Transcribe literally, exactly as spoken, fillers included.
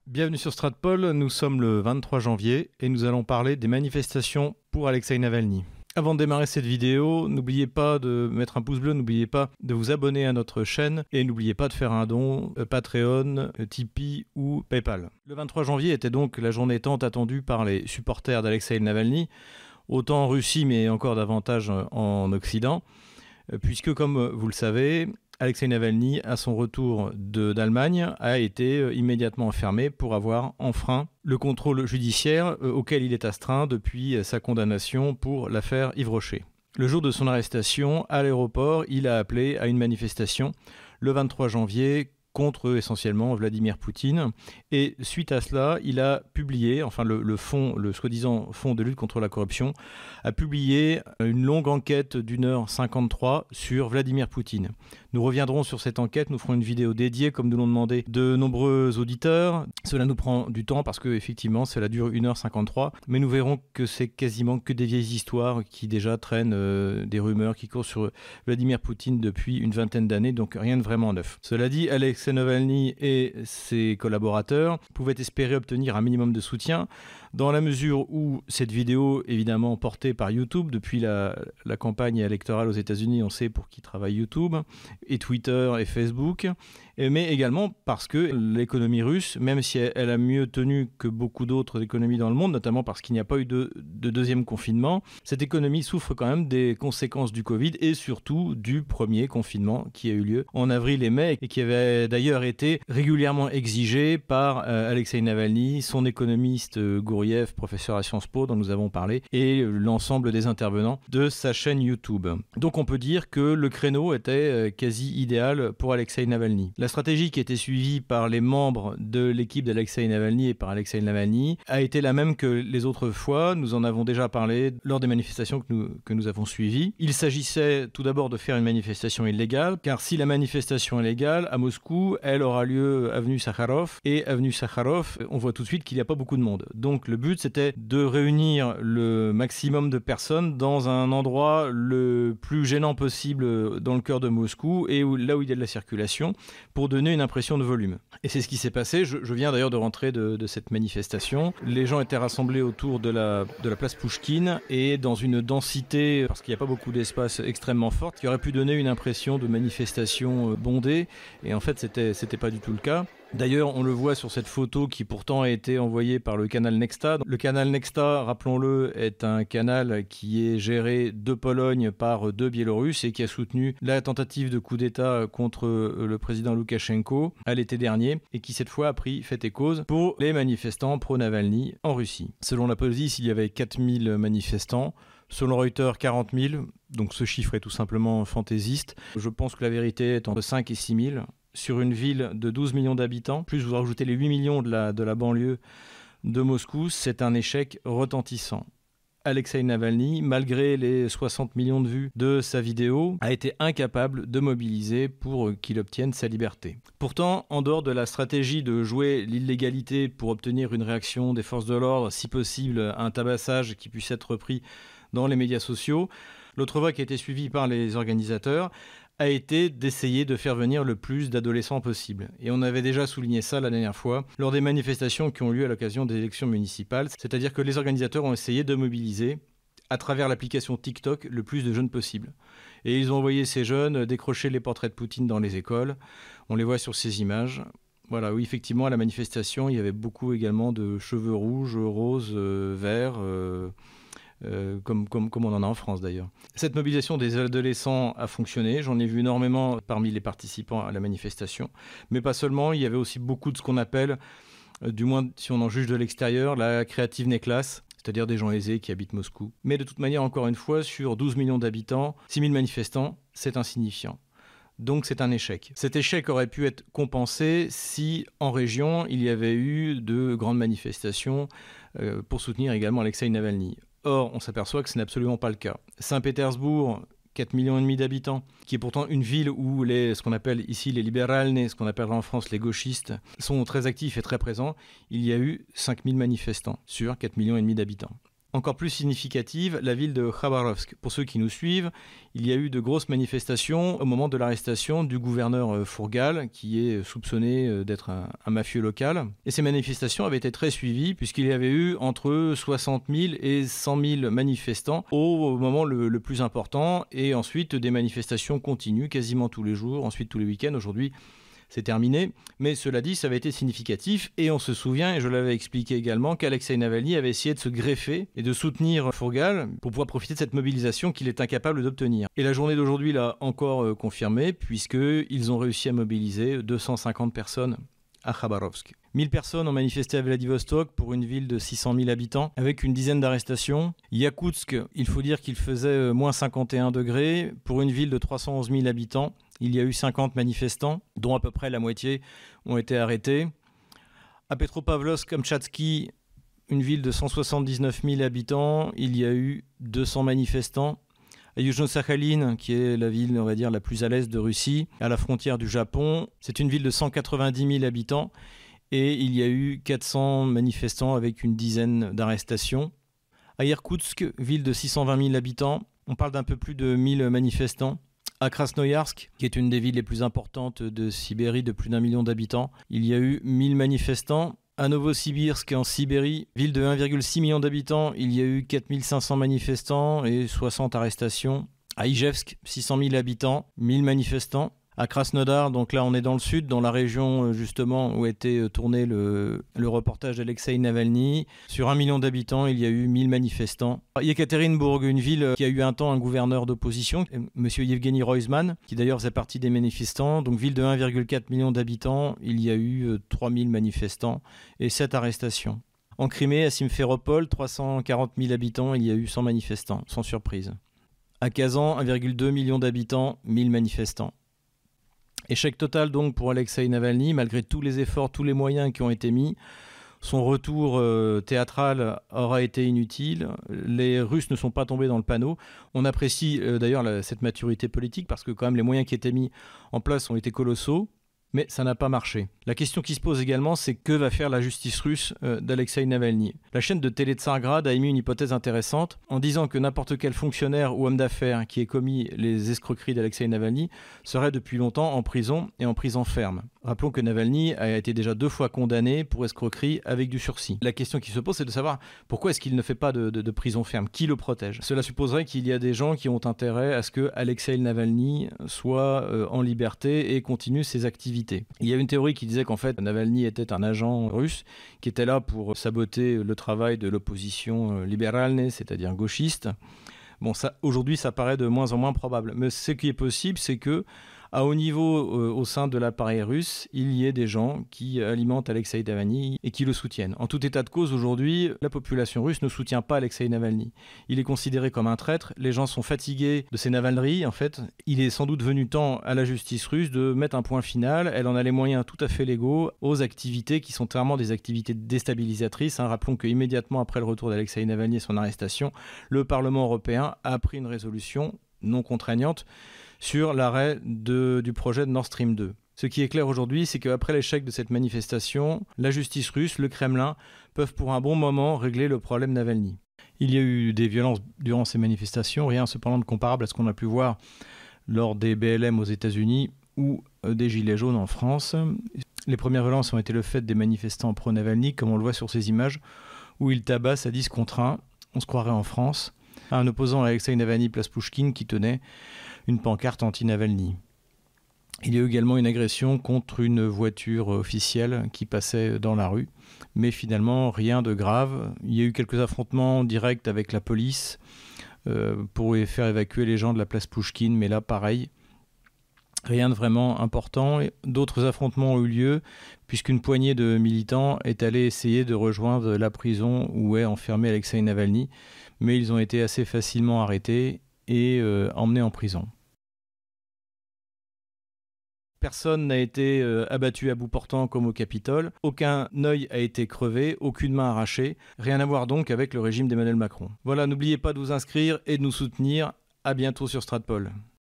Bienvenue sur Stratpol, nous sommes le vingt-trois janvier et nous allons parler des manifestations pour Alexei Navalny. Avant de démarrer cette vidéo, n'oubliez pas de mettre un pouce bleu, n'oubliez pas de vous abonner à notre chaîne et n'oubliez pas de faire un don euh, Patreon, euh, Tipeee ou PayPal. Le vingt-trois janvier était donc la journée tant attendue par les supporters d'Alexei Navalny, autant en Russie mais encore davantage en Occident, euh, puisque comme vous le savez, Alexei Navalny, à son retour de, d'Allemagne, a été immédiatement enfermé pour avoir enfreint le contrôle judiciaire euh, auquel il est astreint depuis sa condamnation pour l'affaire Yves Rocher. Le jour de son arrestation, à l'aéroport, il a appelé à une manifestation le vingt-trois janvier contre essentiellement Vladimir Poutine. Et suite à cela, il a publié, enfin le, le fonds, le soi-disant fonds de lutte contre la corruption, a publié une longue enquête d'une heure cinquante-trois sur Vladimir Poutine. Nous reviendrons sur cette enquête, nous ferons une vidéo dédiée comme nous l'ont demandé de nombreux auditeurs. Cela nous prend du temps parce que effectivement cela dure une heure cinquante-trois, mais nous verrons que c'est quasiment que des vieilles histoires qui déjà traînent euh, des rumeurs qui courent sur Vladimir Poutine depuis une vingtaine d'années, donc rien de vraiment neuf. Cela dit, Alexei Navalny et ses collaborateurs pouvaient espérer obtenir un minimum de soutien dans la mesure où cette vidéo, évidemment portée par YouTube, depuis la, la campagne électorale aux États-Unis, on sait pour qui travaille YouTube, et Twitter et Facebook, mais également parce que l'économie russe, même si elle a mieux tenu que beaucoup d'autres économies dans le monde, notamment parce qu'il n'y a pas eu de, de deuxième confinement, cette économie souffre quand même des conséquences du Covid et surtout du premier confinement qui a eu lieu en avril et mai et qui avait d'ailleurs été régulièrement exigé par euh, Alexei Navalny, son économiste euh, Gouriev, professeur à Sciences Po dont nous avons parlé, et euh, l'ensemble des intervenants de sa chaîne YouTube. Donc on peut dire que le créneau était euh, quasi idéal pour Alexei Navalny. La stratégie qui a été suivie par les membres de l'équipe d'Alexei Navalny et par Alexei Navalny a été la même que les autres fois. Nous en avons déjà parlé lors des manifestations que nous, que nous avons suivies. Il s'agissait tout d'abord de faire une manifestation illégale, car si la manifestation est légale, à Moscou, elle aura lieu avenue Sakharov, et avenue Sakharov, on voit tout de suite qu'il n'y a pas beaucoup de monde. Donc le but, c'était de réunir le maximum de personnes dans un endroit le plus gênant possible dans le cœur de Moscou, et où, là où il y a de la circulation, pour donner une impression de volume. Et c'est ce qui s'est passé. Je, je viens d'ailleurs de rentrer de, de cette manifestation. Les gens étaient rassemblés autour de la, de la place Pouchkine et dans une densité, parce qu'il n'y a pas beaucoup d'espace, extrêmement forte, qui aurait pu donner une impression de manifestation bondée. Et en fait, c'était, c'était pas du tout le cas. D'ailleurs, on le voit sur cette photo qui pourtant a été envoyée par le canal Nexta. Le canal Nexta, rappelons-le, est un canal qui est géré de Pologne par deux Biélorusses et qui a soutenu la tentative de coup d'État contre le président Loukachenko à l'été dernier et qui cette fois a pris fait et cause pour les manifestants pro-Navalny en Russie. Selon la police, il y avait quatre mille manifestants. Selon Reuters, quarante mille. Donc ce chiffre est tout simplement fantaisiste. Je pense que la vérité est entre cinq et six mille. Sur une ville de douze millions d'habitants, plus vous rajoutez les huit millions de la, de la banlieue de Moscou, c'est un échec retentissant. Alexei Navalny, malgré les soixante millions de vues de sa vidéo, a été incapable de mobiliser pour qu'il obtienne sa liberté. Pourtant, en dehors de la stratégie de jouer l'illégalité pour obtenir une réaction des forces de l'ordre, si possible un tabassage qui puisse être repris dans les médias sociaux, l'autre voie qui a été suivie par les organisateurs a été d'essayer de faire venir le plus d'adolescents possible. Et on avait déjà souligné ça la dernière fois, lors des manifestations qui ont lieu à l'occasion des élections municipales, c'est-à-dire que les organisateurs ont essayé de mobiliser, à travers l'application TikTok, le plus de jeunes possible. Et ils ont envoyé ces jeunes décrocher les portraits de Poutine dans les écoles. On les voit sur ces images. Voilà, oui, effectivement, à la manifestation, il y avait beaucoup également de cheveux rouges, roses, euh, verts... Euh, Euh, comme, comme, comme on en a en France d'ailleurs. Cette mobilisation des adolescents a fonctionné, j'en ai vu énormément parmi les participants à la manifestation, mais pas seulement, il y avait aussi beaucoup de ce qu'on appelle, euh, du moins si on en juge de l'extérieur, la creative necklace, c'est-à-dire des gens aisés qui habitent Moscou. Mais de toute manière, encore une fois, sur douze millions d'habitants, six mille manifestants, c'est insignifiant. Donc c'est un échec. Cet échec aurait pu être compensé si, en région, il y avait eu de grandes manifestations euh, pour soutenir également Alexei Navalny. Or, on s'aperçoit que ce n'est absolument pas le cas. Saint-Pétersbourg, quatre millions et demi d'habitants, qui est pourtant une ville où les, ce qu'on appelle ici les libéralnés, ce qu'on appelle en France les gauchistes, sont très actifs et très présents, il y a eu cinq mille manifestants sur quatre millions et demi d'habitants. Encore plus significative, la ville de Khabarovsk. Pour ceux qui nous suivent, il y a eu de grosses manifestations au moment de l'arrestation du gouverneur Fourgal, qui est soupçonné d'être un, un mafieux local. Et ces manifestations avaient été très suivies, puisqu'il y avait eu entre soixante mille et cent mille manifestants au moment le, le plus important, et ensuite des manifestations continues quasiment tous les jours, ensuite tous les week-ends. Aujourd'hui, c'est terminé, mais cela dit, ça avait été significatif, et on se souvient, et je l'avais expliqué également, qu'Alexeï Navalny avait essayé de se greffer et de soutenir Fourgal pour pouvoir profiter de cette mobilisation qu'il est incapable d'obtenir. Et la journée d'aujourd'hui l'a encore euh, confirmé, puisqu'ils ont réussi à mobiliser deux cent cinquante personnes à Khabarovsk. mille personnes ont manifesté à Vladivostok pour une ville de six cent mille habitants, avec une dizaine d'arrestations. Yakoutsk, il faut dire qu'il faisait moins cinquante et un degrés. Pour une ville de trois cent onze mille habitants, il y a eu cinquante manifestants, dont à peu près la moitié ont été arrêtés. À Petropavlovsk-Kamtchatski, une ville de cent soixante-dix-neuf mille habitants, il y a eu deux cents manifestants. À Yuzhno-Sakhaline, qui est la ville, on va dire, la plus à l'est de Russie, à la frontière du Japon, c'est une ville de cent quatre-vingt-dix mille habitants et il y a eu quatre cents manifestants avec une dizaine d'arrestations. À Irkoutsk, ville de six cent vingt mille habitants, on parle d'un peu plus de mille manifestants. À Krasnoyarsk, qui est une des villes les plus importantes de Sibérie, de plus d'un million d'habitants, il y a eu mille manifestants. À Novosibirsk, en Sibérie, ville de un virgule six million d'habitants, il y a eu quatre mille cinq cents manifestants et soixante arrestations. À Ijevsk, six cent mille habitants, mille manifestants. À Krasnodar, donc là on est dans le sud, dans la région justement où était tourné le, le reportage d'Alexeï Navalny. Sur un million d'habitants, il y a eu mille manifestants. À Yekaterinbourg, une ville qui a eu un temps un gouverneur d'opposition, M. Yevgeny Roizman, qui d'ailleurs faisait partie des manifestants. Donc ville de un virgule quatre million d'habitants, il y a eu trois mille manifestants et sept arrestations. En Crimée, à Simferopol, trois cent quarante mille habitants, il y a eu cent manifestants, sans surprise. À Kazan, un virgule deux million d'habitants, mille manifestants. Échec total donc pour Alexeï Navalny, malgré tous les efforts, tous les moyens qui ont été mis. Son retour euh, théâtral aura été inutile. Les Russes ne sont pas tombés dans le panneau. On apprécie euh, d'ailleurs la, cette maturité politique parce que quand même les moyens qui étaient mis en place ont été colossaux. Mais ça n'a pas marché. La question qui se pose également, c'est que va faire la justice russe euh, d'Alexeï Navalny. La chaîne de télé de Tsargrad a émis une hypothèse intéressante en disant que n'importe quel fonctionnaire ou homme d'affaires qui ait commis les escroqueries d'Alexeï Navalny serait depuis longtemps en prison et en prison ferme. Rappelons que Navalny a été déjà deux fois condamné pour escroquerie avec du sursis. La question qui se pose, c'est de savoir pourquoi est-ce qu'il ne fait pas de, de, de prison ferme. Qui le protège? Cela supposerait qu'il y a des gens qui ont intérêt à ce que Alexeï Navalny soit euh, en liberté et continue ses activités. Il y a une théorie qui disait qu'en fait Navalny était un agent russe qui était là pour saboter le travail de l'opposition libérale, c'est-à-dire gauchiste. Bon, ça, aujourd'hui, ça paraît de moins en moins probable. Mais ce qui est possible, c'est que à haut niveau, euh, au sein de l'appareil russe, il y ait des gens qui alimentent Alexeï Navalny et qui le soutiennent. En tout état de cause, aujourd'hui, la population russe ne soutient pas Alexeï Navalny. Il est considéré comme un traître. Les gens sont fatigués de ces Navalneries. En fait, il est sans doute venu temps à la justice russe de mettre un point final. Elle en a les moyens tout à fait légaux aux activités qui sont clairement des activités déstabilisatrices. Hein. Rappelons qu'immédiatement après le retour d'Alexeï Navalny et son arrestation, le Parlement européen a pris une résolution non contraignante sur l'arrêt de, du projet de Nord Stream deux. Ce qui est clair aujourd'hui, c'est qu'après l'échec de cette manifestation, la justice russe, le Kremlin, peuvent pour un bon moment régler le problème Navalny. Il y a eu des violences durant ces manifestations, rien cependant de comparable à ce qu'on a pu voir lors des B L M aux États-Unis ou des Gilets jaunes en France. Les premières violences ont été le fait des manifestants pro-Navalny, comme on le voit sur ces images, où ils tabassent à dix contre un, on se croirait en France, à un opposant à Alexeï Navalny, place Pouchkine, qui tenait une pancarte anti-Navalny. Il y a eu également une agression contre une voiture officielle qui passait dans la rue, mais finalement rien de grave. Il y a eu quelques affrontements directs avec la police euh, pour faire évacuer les gens de la place Pouchkine, mais là pareil, rien de vraiment important. D'autres affrontements ont eu lieu puisqu'une poignée de militants est allée essayer de rejoindre la prison où est enfermé Alexeï Navalny, mais ils ont été assez facilement arrêtés et euh, emmenés en prison. Personne n'a été euh, abattu à bout portant comme au Capitole, aucun œil a été crevé, aucune main arrachée, rien à voir donc avec le régime d'Emmanuel Macron. Voilà, n'oubliez pas de vous inscrire et de nous soutenir, à bientôt sur Stratpol.